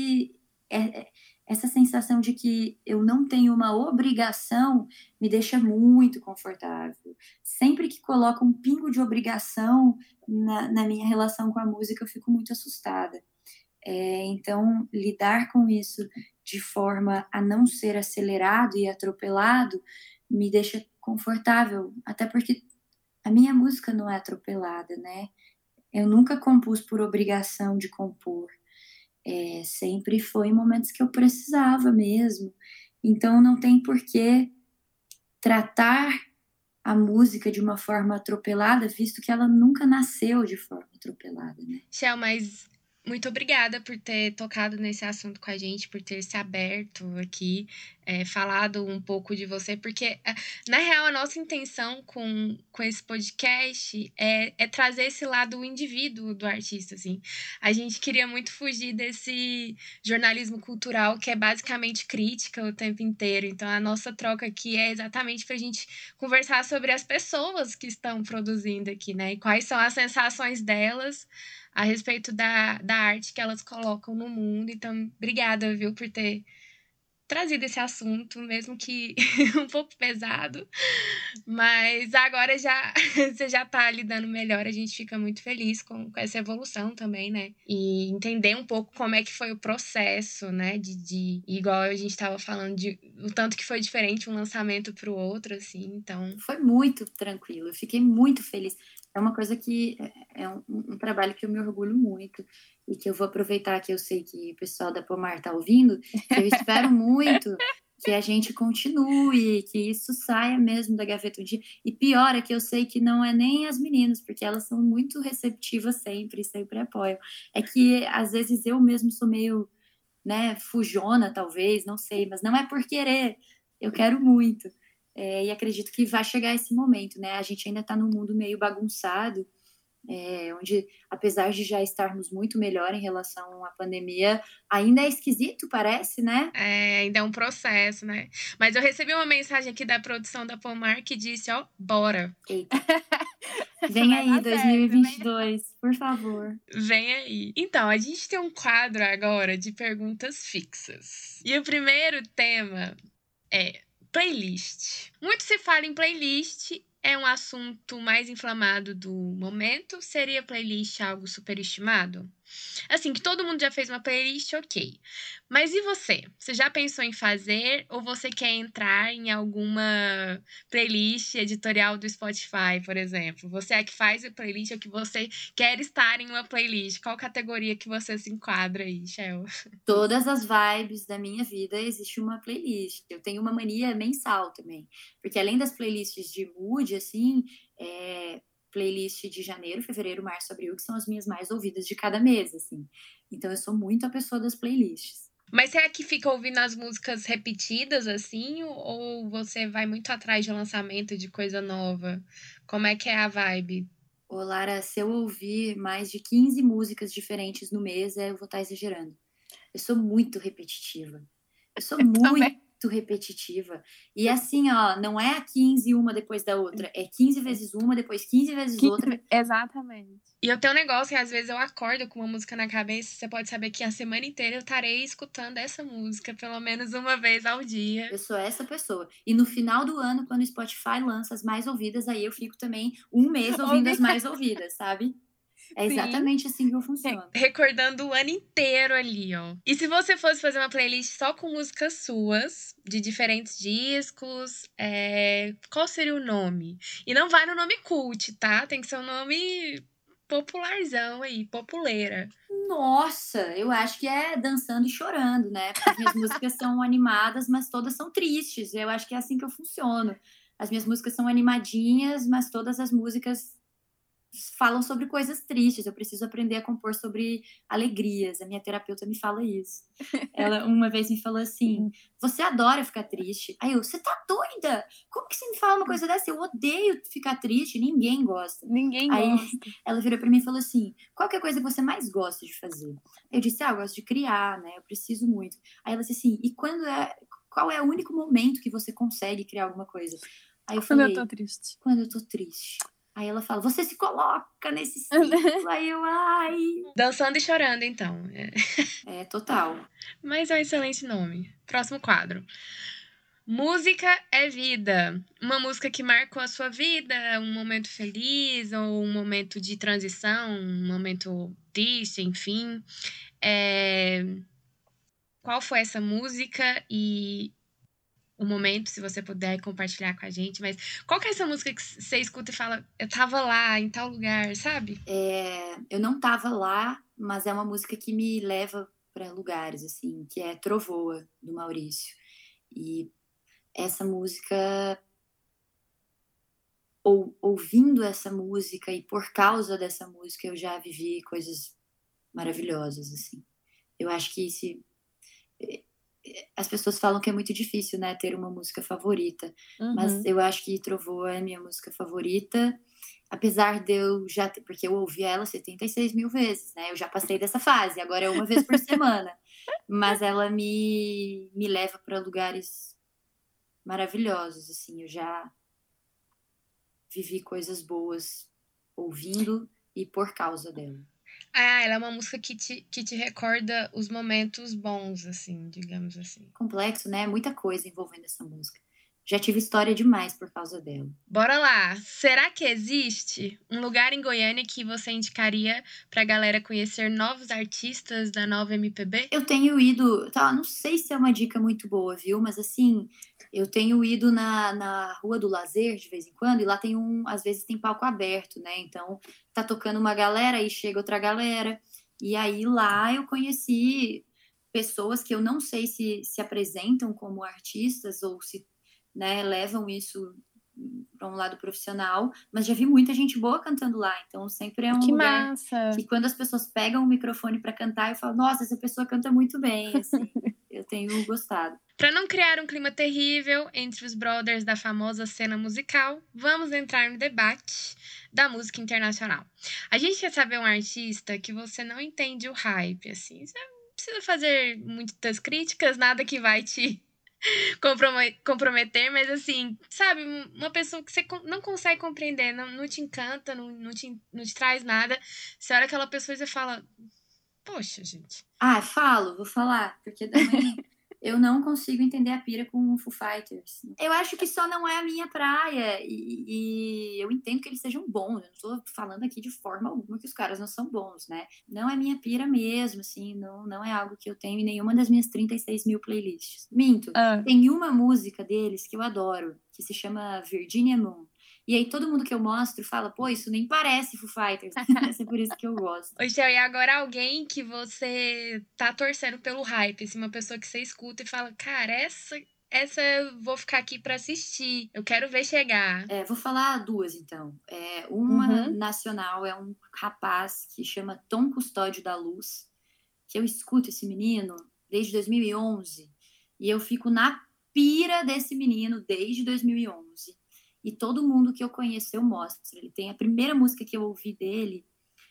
essa sensação de que eu não tenho uma obrigação me deixa muito confortável. Sempre que coloco um pingo de obrigação na minha relação com a música, eu fico muito assustada. Então, lidar com isso de forma a não ser acelerado e atropelado me deixa confortável, até porque a minha música não é atropelada, né? Eu nunca compus por obrigação de compor. Sempre foi em momentos que eu precisava mesmo. Então não tem por que tratar a música de uma forma atropelada, visto que ela nunca nasceu de forma atropelada, né? Shell, mas muito obrigada por ter tocado nesse assunto com a gente, por ter se aberto aqui. falado um pouco de você, porque, na real, a nossa intenção com esse podcast é trazer esse lado indivíduo do artista, assim. A gente queria muito fugir desse jornalismo cultural que é basicamente crítica o tempo inteiro. Então, a nossa troca aqui é exatamente para a gente conversar sobre as pessoas que estão produzindo aqui, né? E quais são as sensações delas a respeito da arte que elas colocam no mundo. Então, obrigada, viu, por ter trazido esse assunto, mesmo que um pouco pesado, mas agora você já tá lidando melhor, a gente fica muito feliz com essa evolução também, né? E entender um pouco como é que foi o processo, né? Igual a gente tava falando, o tanto que foi diferente um lançamento pro outro, assim, então... Foi muito tranquilo, eu fiquei muito feliz. É uma coisa que é um trabalho que eu me orgulho muito e que eu vou aproveitar que eu sei que o pessoal da Pomar tá ouvindo, que eu espero muito que a gente continue, que isso saia mesmo da gaveta um dia. E pior é que eu sei que não é nem as meninas, porque elas são muito receptivas sempre apoiam. É que às vezes eu mesmo sou meio, né, fujona talvez, não sei, mas não é por querer, eu quero muito. E acredito que vai chegar esse momento, né? A gente ainda está num mundo meio bagunçado, onde, apesar de já estarmos muito melhor em relação à pandemia, ainda é esquisito, parece, né? Ainda é um processo, né? Mas eu recebi uma mensagem aqui da produção da Pomar que disse, ó, bora. Eita. Vem aí, 2022, por favor. Vem aí. Então, a gente tem um quadro agora de perguntas fixas. E o primeiro tema é playlist. Muito se fala em playlist, é um assunto mais inflamado do momento. Seria playlist algo superestimado? Assim, que todo mundo já fez uma playlist, ok. Mas e você? Você já pensou em fazer ou você quer entrar em alguma playlist editorial do Spotify, por exemplo? Você é que faz a playlist ou que você quer estar em uma playlist? Qual categoria que você se enquadra aí, Shell? Todas as vibes da minha vida existe uma playlist. Eu tenho uma mania mensal também. Porque além das playlists de mood, assim, playlist de janeiro, fevereiro, março, abril, que são as minhas mais ouvidas de cada mês, assim. Então eu sou muito a pessoa das playlists. Mas você é que fica ouvindo as músicas repetidas, assim? Ou você vai muito atrás de lançamento de coisa nova? Como é que é a vibe? Ô, Lara, se eu ouvir mais de 15 músicas diferentes no mês, eu vou estar exagerando. Eu sou muito repetitiva. Eu sou muito repetitiva. E assim, ó, não é a 15 uma depois da outra. É 15 vezes uma, depois 15 vezes outra. Exatamente. E eu tenho um negócio que às vezes eu acordo com uma música na cabeça, você pode saber que a semana inteira eu estarei escutando essa música pelo menos uma vez ao dia. Eu sou essa pessoa. E no final do ano, quando o Spotify lança as mais ouvidas, aí eu fico também um mês ouvindo as mais ouvidas, sabe? É exatamente assim que eu funciono. Recordando o ano inteiro ali, ó. E se você fosse fazer uma playlist só com músicas suas, de diferentes discos, qual seria o nome? E não vai no nome cult, tá? Tem que ser um nome popularzão aí, populeira. Nossa, eu acho que é dançando e chorando, né? Porque as minhas músicas são animadas, mas todas são tristes. Eu acho que é assim que eu funciono. As minhas músicas são animadinhas, mas todas as músicas falam sobre coisas tristes. Eu preciso aprender a compor sobre alegrias. A minha terapeuta me fala isso. Ela uma vez me falou assim: você adora ficar triste. Aí eu, você tá doida? Como que você me fala uma coisa dessa? Eu odeio ficar triste, ninguém gosta. Aí ela virou pra mim e falou assim: qual que é a coisa que você mais gosta de fazer? Eu disse: eu gosto de criar, né? Eu preciso muito. Aí ela disse assim: e qual é o único momento que você consegue criar alguma coisa? Aí eu falei: quando eu tô triste. Quando eu tô triste. Aí ela fala, você se coloca nesse ciclo. Aí eu, ai. Dançando e chorando, então. Total. Mas é um excelente nome. Próximo quadro. Música é vida. Uma música que marcou a sua vida, um momento feliz ou um momento de transição, um momento triste, enfim. Qual foi essa música e o momento, se você puder compartilhar com a gente, mas qual que é essa música que você escuta e fala, eu tava lá, em tal lugar, sabe? Eu não tava lá, mas é uma música que me leva para lugares, assim, que é Trovoa, do Maurício. E essa música, ouvindo essa música e por causa dessa música, eu já vivi coisas maravilhosas, assim. Eu acho que as pessoas falam que é muito difícil, né, ter uma música favorita, mas eu acho que Trovô é a minha música favorita, apesar de eu já ter, porque eu ouvi ela 76 mil vezes, né, eu já passei dessa fase, agora é uma vez por semana, mas ela me leva para lugares maravilhosos, assim, eu já vivi coisas boas ouvindo e por causa dela. Ah, ela é uma música que te recorda os momentos bons, assim, digamos assim. Complexo, né? Muita coisa envolvendo essa música. Já tive história demais por causa dela. Bora lá! Será que existe um lugar em Goiânia que você indicaria pra galera conhecer novos artistas da nova MPB? Eu tenho ido, tá, não sei se é uma dica muito boa, viu? Mas assim, eu tenho ido na Rua do Lazer de vez em quando, e lá tem às vezes tem palco aberto, né? Então tá tocando uma galera e chega outra galera. E aí lá eu conheci pessoas que eu não sei se apresentam como artistas ou se, né, levam isso para um lado profissional, mas já vi muita gente boa cantando lá, então sempre é um Que lugar massa! que quando as pessoas pegam o microfone para cantar, eu falo, nossa, essa pessoa canta muito bem, assim, eu tenho gostado. Para não criar um clima terrível entre os brothers da famosa cena musical, vamos entrar no debate da música internacional. A gente quer saber um artista que você não entende o hype, assim, você não precisa fazer muitas críticas, nada que vai te comprometer, mas assim, sabe, uma pessoa que você não consegue compreender, não te encanta, não te traz nada. Você olha aquela pessoa e você fala, poxa, gente. Ah, vou falar, porque também eu não consigo entender a pira com o Foo Fighters. Eu acho que só não é a minha praia, e eu entendo que eles sejam bons, eu não tô falando aqui de forma alguma que os caras não são bons, né? Não é minha pira mesmo, assim, não é algo que eu tenho em nenhuma das minhas 36 mil playlists. Minto, tem uma música deles que eu adoro, que se chama Virginia Moon. E aí todo mundo que eu mostro fala, pô, isso nem parece Foo Fighters. É por isso que eu gosto. Ô, Shel, e agora alguém que você tá torcendo pelo hype, assim, uma pessoa que você escuta e fala, cara, essa eu vou ficar aqui pra assistir, eu quero ver chegar. Vou falar duas, então. Uma nacional é um rapaz que chama Tom Custódio da Luz, que eu escuto esse menino desde 2011, e eu fico na pira desse menino desde 2011. E todo mundo que eu conheço eu mostro. Ele tem a primeira música que eu ouvi dele,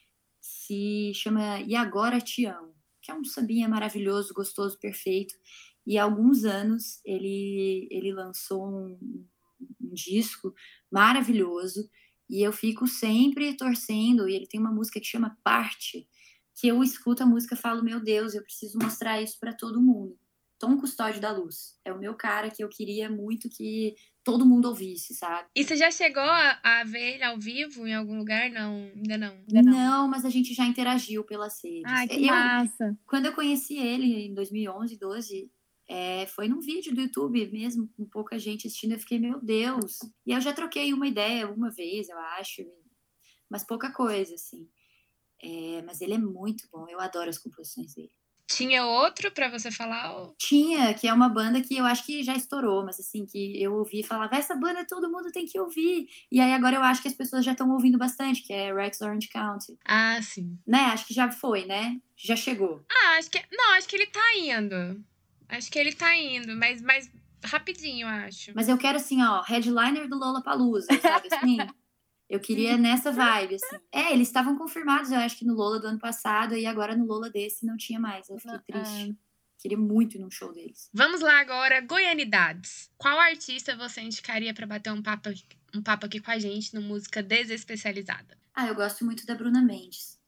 se chama E Agora Te Amo, que é um sambinha maravilhoso, gostoso, perfeito. E há alguns anos ele lançou um disco maravilhoso e eu fico sempre torcendo. E ele tem uma música que chama Parte, que eu escuto a música e falo, meu Deus, eu preciso mostrar isso para todo mundo. Tom Custódio da Luz é o meu cara que eu queria muito que todo mundo ouvisse, sabe? E você já chegou a ver ele ao vivo em algum lugar? Não, ainda não. Não, mas a gente já interagiu pelas redes. Ai, que massa! Quando eu conheci ele em 2011, 12, foi num vídeo do YouTube mesmo, com pouca gente assistindo, eu fiquei, meu Deus. E eu já troquei uma ideia uma vez, eu acho, mas pouca coisa, assim. Mas ele é muito bom, eu adoro as composições dele. Tinha outro pra você falar? Tinha, que é uma banda que eu acho que já estourou, mas assim, que eu ouvi e falava, essa banda todo mundo tem que ouvir. E aí agora eu acho que as pessoas já estão ouvindo bastante, que é Rex Orange County. Ah, sim. Né? Acho que já foi, né? Já chegou. Acho que ele tá indo. Acho que ele tá indo, mas rapidinho, eu acho. Mas eu quero assim, ó, headliner do Lollapalooza, sabe assim? Eu queria nessa vibe, assim. Eles estavam confirmados, eu acho que no Lola do ano passado, e agora no Lola desse não tinha mais. Eu fiquei triste. Queria muito ir num show deles. Vamos lá agora, goianidades. Qual artista você indicaria pra bater um papo aqui com a gente no Música Desespecializada? Eu gosto muito da Bruna Mendes.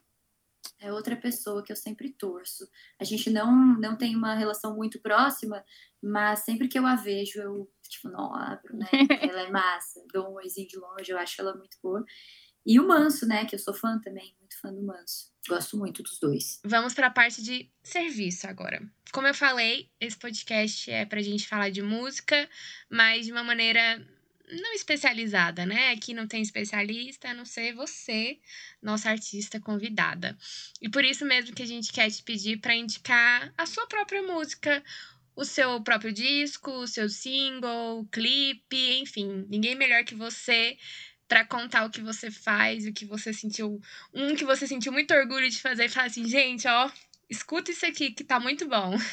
É outra pessoa que eu sempre torço. A gente não tem uma relação muito próxima, mas sempre que eu a vejo, eu, tipo, não abro, né? Ela é massa. Dou um oizinho de longe, eu acho ela muito boa. E o Manso, né? Que eu sou fã também, muito fã do Manso. Gosto muito dos dois. Vamos para a parte de serviço agora. Como eu falei, esse podcast é pra gente falar de música, mas de uma maneira não especializada, né? Aqui não tem especialista, a não ser você, nossa artista convidada. E por isso mesmo que a gente quer te pedir para indicar a sua própria música, o seu próprio disco, o seu single, clipe, enfim, ninguém melhor que você para contar o que você faz, o que você sentiu, que você sentiu muito orgulho de fazer e falar assim, gente, ó, escuta isso aqui que tá muito bom.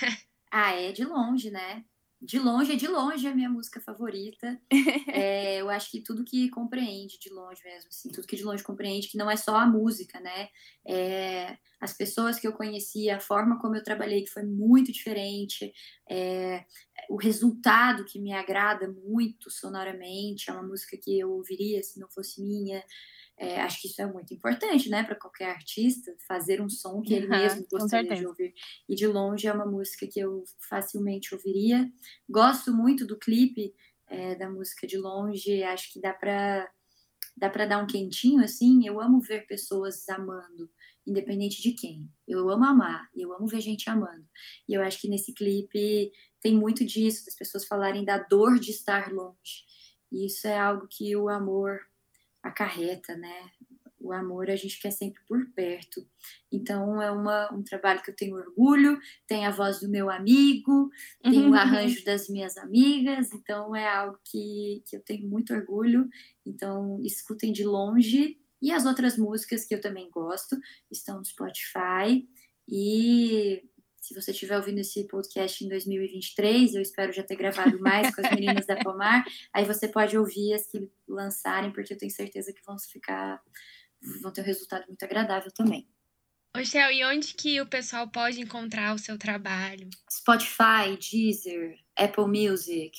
Ah, é de longe, né? De longe é a minha música favorita. Eu acho que tudo que compreende de longe mesmo, assim, tudo que de longe compreende que não é só a música, né? As pessoas que eu conheci, a forma como eu trabalhei, que foi muito diferente, é, o resultado que me agrada muito sonoramente, é uma música que eu ouviria se não fosse minha. Acho que isso é muito importante, né, para qualquer artista, fazer um som que ele Aham, mesmo com gostaria de certeza. ouvir. E de longe é uma música que eu facilmente ouviria. Gosto muito do clipe da música De Longe, acho que dá para dar um quentinho, assim. Eu amo ver pessoas amando, independente de quem. Eu amo amar, eu amo ver gente amando. E eu acho que nesse clipe tem muito disso, das pessoas falarem da dor de estar longe. E isso é algo que o amor acarreta, né? O amor a gente quer sempre por perto. Então é um trabalho que eu tenho orgulho, tem a voz do meu amigo, tem o arranjo das minhas amigas, então é algo que eu tenho muito orgulho. Então escutem De Longe, e as outras músicas que eu também gosto estão no Spotify. E se você estiver ouvindo esse podcast em 2023, eu espero já ter gravado mais com as meninas da Pomar. Aí você pode ouvir as que lançarem, porque eu tenho certeza que vão ter um resultado muito agradável também. Ô, Shel, e onde que o pessoal pode encontrar o seu trabalho? Spotify, Deezer, Apple Music,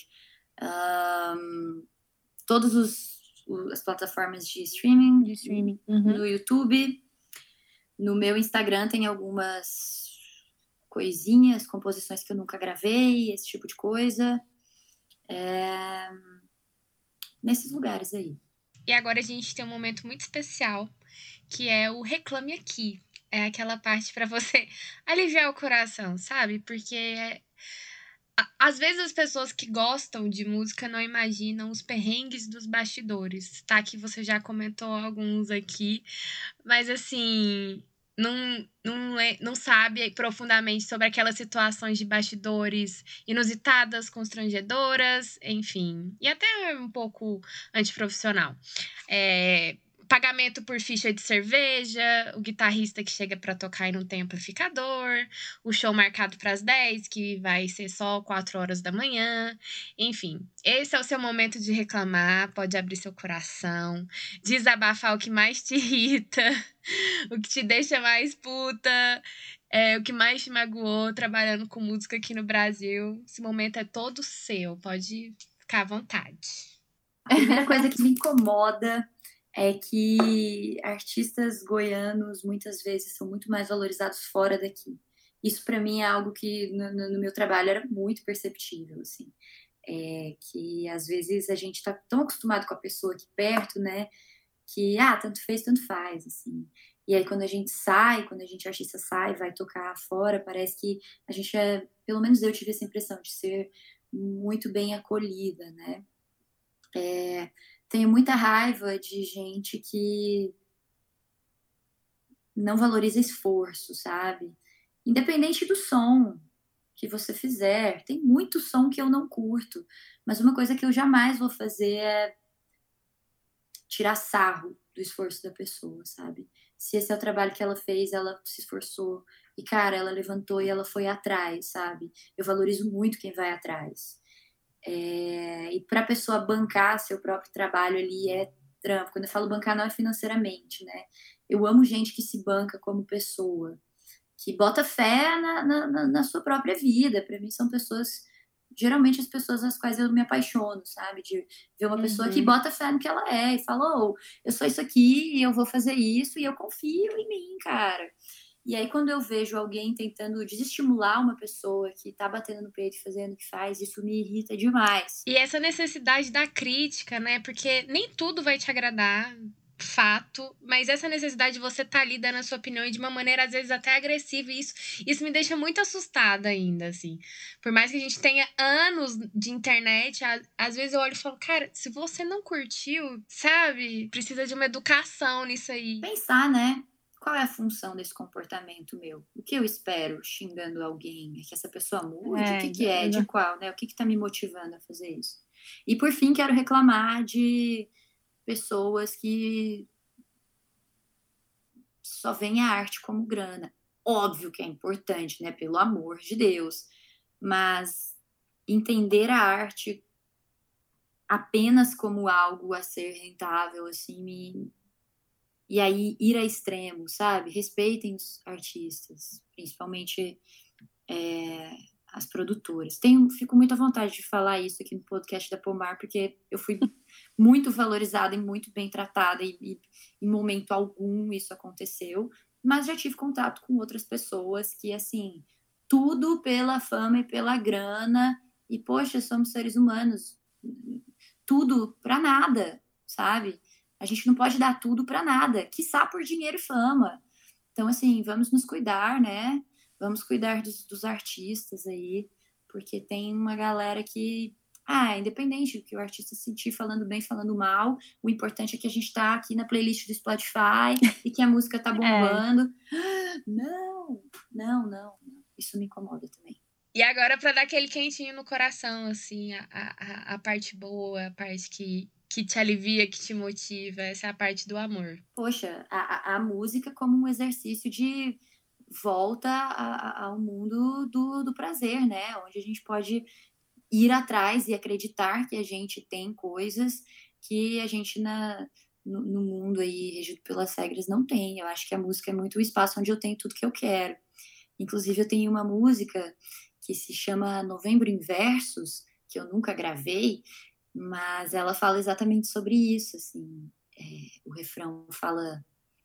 todas as plataformas de streaming, De streaming. no YouTube. No meu Instagram tem algumas coisinhas, composições que eu nunca gravei, esse tipo de coisa. Nesses lugares aí. E agora a gente tem um momento muito especial, que é o Reclame Aqui. É aquela parte para você aliviar o coração, sabe? Porque às vezes as pessoas que gostam de música não imaginam os perrengues dos bastidores, tá? Que você já comentou alguns aqui, mas assim, não sabe profundamente sobre aquelas situações de bastidores inusitadas, constrangedoras, enfim, e até um pouco antiprofissional. Pagamento por ficha de cerveja, o guitarrista que chega para tocar e não tem amplificador, o show marcado para as 10, que vai ser só 4 horas da manhã. Enfim, esse é o seu momento de reclamar, pode abrir seu coração, desabafar o que mais te irrita, o que te deixa mais puta, o que mais te magoou trabalhando com música aqui no Brasil. Esse momento é todo seu, pode ficar à vontade. A primeira coisa que me incomoda é que artistas goianos muitas vezes são muito mais valorizados fora daqui. Isso para mim é algo que no meu trabalho era muito perceptível, assim. Que às vezes a gente está tão acostumado com a pessoa aqui perto, né? Que, tanto fez, tanto faz, assim. E aí quando a gente sai, quando a gente artista sai, vai tocar fora, parece que a gente pelo menos eu tive essa impressão de ser muito bem acolhida, né? Tenho muita raiva de gente que não valoriza esforço, sabe? Independente do som que você fizer, tem muito som que eu não curto, mas uma coisa que eu jamais vou fazer é tirar sarro do esforço da pessoa, sabe? Se esse é o trabalho que ela fez, ela se esforçou e, cara, ela levantou e ela foi atrás, sabe? Eu valorizo muito quem vai atrás. E para a pessoa bancar seu próprio trabalho ali é trampo. Quando eu falo bancar, não é financeiramente, né? Eu amo gente que se banca como pessoa, que bota fé na sua própria vida. Para mim, são pessoas, geralmente, as pessoas às quais eu me apaixono, sabe? De ver uma pessoa que bota fé no que ela é e fala: eu sou isso aqui e eu vou fazer isso e eu confio em mim, cara. E aí, quando eu vejo alguém tentando desestimular uma pessoa que tá batendo no peito e fazendo o que faz, isso me irrita demais. E essa necessidade da crítica, né? Porque nem tudo vai te agradar, fato, mas essa necessidade de você estar ali dando a sua opinião e de uma maneira às vezes até agressiva, e isso me deixa muito assustada ainda, assim. Por mais que a gente tenha anos de internet, às vezes eu olho e falo, cara, se você não curtiu, sabe? Precisa de uma educação nisso aí. Pensar, né? Qual é a função desse comportamento meu? O que eu espero xingando alguém? É que essa pessoa mude? O que é? De qual, né? O que está me motivando a fazer isso? E, por fim, quero reclamar de pessoas que só veem a arte como grana. Óbvio que é importante, né? Pelo amor de Deus. mas entender a arte apenas como algo a ser rentável, assim, e aí ir a extremo, sabe? Respeitem os artistas, principalmente as produtoras. Fico muito à vontade de falar isso aqui no podcast da Pomar, porque eu fui muito valorizada e muito bem tratada, e em momento algum isso aconteceu, mas já tive contato com outras pessoas que, assim, tudo pela fama e pela grana, e, poxa, somos seres humanos, tudo pra nada, sabe? A gente não pode dar tudo pra nada, quiçá por dinheiro e fama. Então, assim, vamos nos cuidar, né? Vamos cuidar dos artistas aí, porque tem uma galera que, independente do que o artista sentir falando bem, falando mal, o importante é que a gente tá aqui na playlist do Spotify e que a música tá bombando. Não. Isso me incomoda também. E agora, pra dar aquele quentinho no coração, assim, a parte boa, a parte que te alivia, que te motiva, essa é a parte do amor. Poxa, a música como um exercício de volta ao mundo do prazer, né? Onde a gente pode ir atrás e acreditar que a gente tem coisas que a gente no mundo aí regido pelas regras não tem. Eu acho que a música é muito o espaço onde eu tenho tudo que eu quero. Inclusive, eu tenho uma música que se chama Novembro em Versos, que eu nunca gravei, mas ela fala exatamente sobre isso, assim. O refrão fala: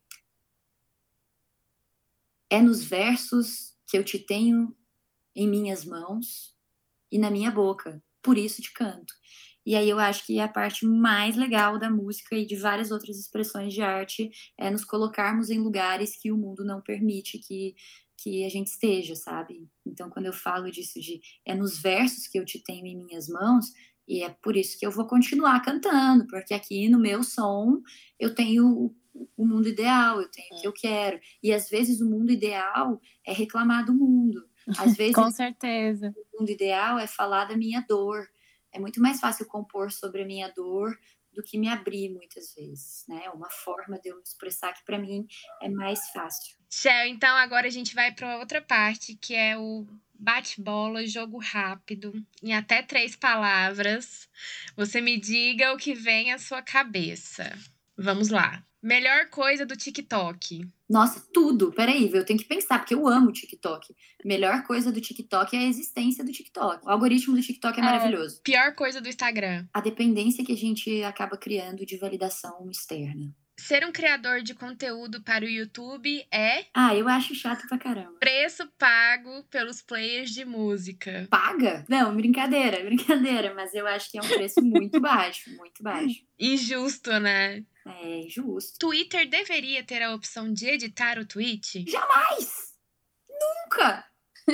é nos versos que eu te tenho em minhas mãos e na minha boca, por isso te canto. E aí eu acho que a parte mais legal da música e de várias outras expressões de arte é nos colocarmos em lugares que o mundo não permite que a gente esteja, sabe? Então, quando eu falo disso é nos versos que eu te tenho em minhas mãos, e é por isso que eu vou continuar cantando, porque aqui no meu som eu tenho o mundo ideal, eu tenho o que eu quero. E às vezes o mundo ideal é reclamar do mundo. Às vezes Com certeza. o mundo ideal é falar da minha dor. É muito mais fácil compor sobre a minha dor do que me abrir muitas vezes, né? Uma forma de eu me expressar que para mim é mais fácil. Shell, então agora a gente vai para outra parte, que é o bate-bola, jogo rápido, em até 3 palavras. Você me diga o que vem à sua cabeça. Vamos lá. Melhor coisa do TikTok. Nossa, tudo. Peraí, eu tenho que pensar, porque eu amo o TikTok. Melhor coisa do TikTok é a existência do TikTok. O algoritmo do TikTok é maravilhoso. Pior coisa do Instagram. A dependência que a gente acaba criando de validação externa. Ser um criador de conteúdo para o YouTube é... eu acho chato pra caramba. Preço pago pelos players de música. Paga? Não, brincadeira, mas eu acho que é um preço muito baixo, muito baixo. Injusto, né? É injusto. Twitter deveria ter a opção de editar o tweet? Jamais! Nunca!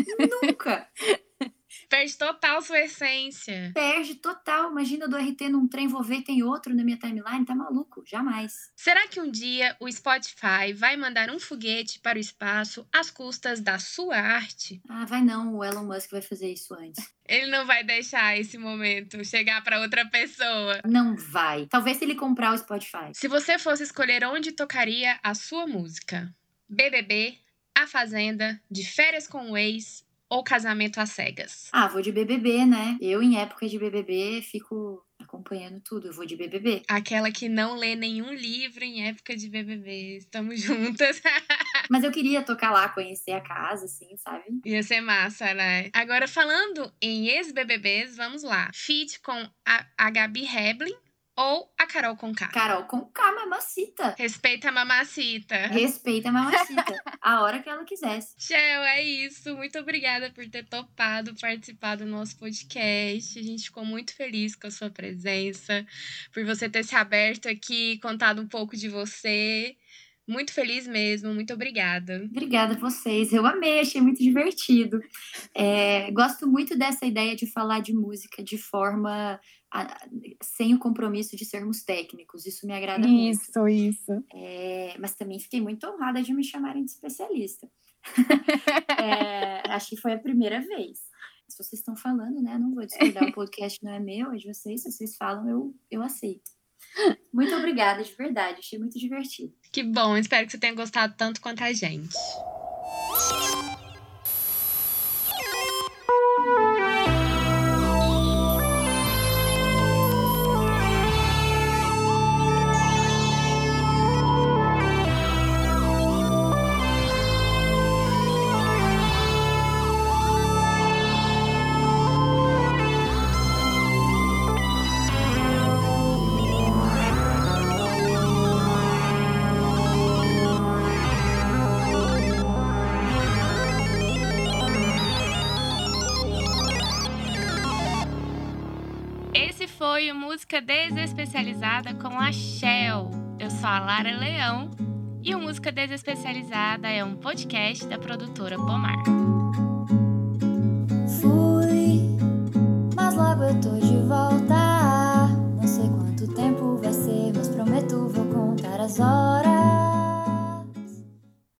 Perde total sua essência. Perde total. Imagina do RT num trem, vou ver, tem outro na minha timeline. Tá maluco? Jamais. Será que um dia o Spotify vai mandar um foguete para o espaço às custas da sua arte? Vai não. O Elon Musk vai fazer isso antes. Ele não vai deixar esse momento chegar para outra pessoa. Não vai. Talvez se ele comprar o Spotify. Se você fosse escolher onde tocaria a sua música: BBB, A Fazenda, De Férias com o Ex ou Casamento às Cegas? Vou de BBB, né? Eu, em época de BBB, fico acompanhando tudo. Eu vou de BBB. Aquela que não lê nenhum livro em época de BBB. Estamos juntas. Mas eu queria tocar lá, conhecer a casa, assim, sabe? Ia ser massa, né? Agora, falando em ex-BBBs, vamos lá. Feat com a Gabi Heblin ou a Carol Conká? Carol Conká, mamacita. Respeita a mamacita. Respeita a mamacita. A hora que ela quisesse. Shell, é isso. Muito obrigada por ter topado participar do nosso podcast. A gente ficou muito feliz com a sua presença, por você ter se aberto aqui, contado um pouco de você. Muito feliz mesmo, muito obrigada. Obrigada a vocês, eu amei, achei muito divertido. Gosto muito dessa ideia de falar de música de forma sem o compromisso de sermos técnicos, isso me agrada muito. Isso. Mas também fiquei muito honrada de me chamarem de especialista. Acho que foi a primeira vez. Se vocês estão falando, né, não vou discordar, o podcast não é meu, é de vocês, se vocês falam, eu aceito. Muito obrigada, de verdade. Achei muito divertido. Que bom, espero que você tenha gostado tanto quanto a gente. foi o Música Desespecializada com a Shell. Eu sou a Lara Leão e o Música Desespecializada é um podcast da produtora Pomar. Fui, mas logo eu tô de volta. Não sei quanto tempo vai ser, mas prometo vou contar as horas.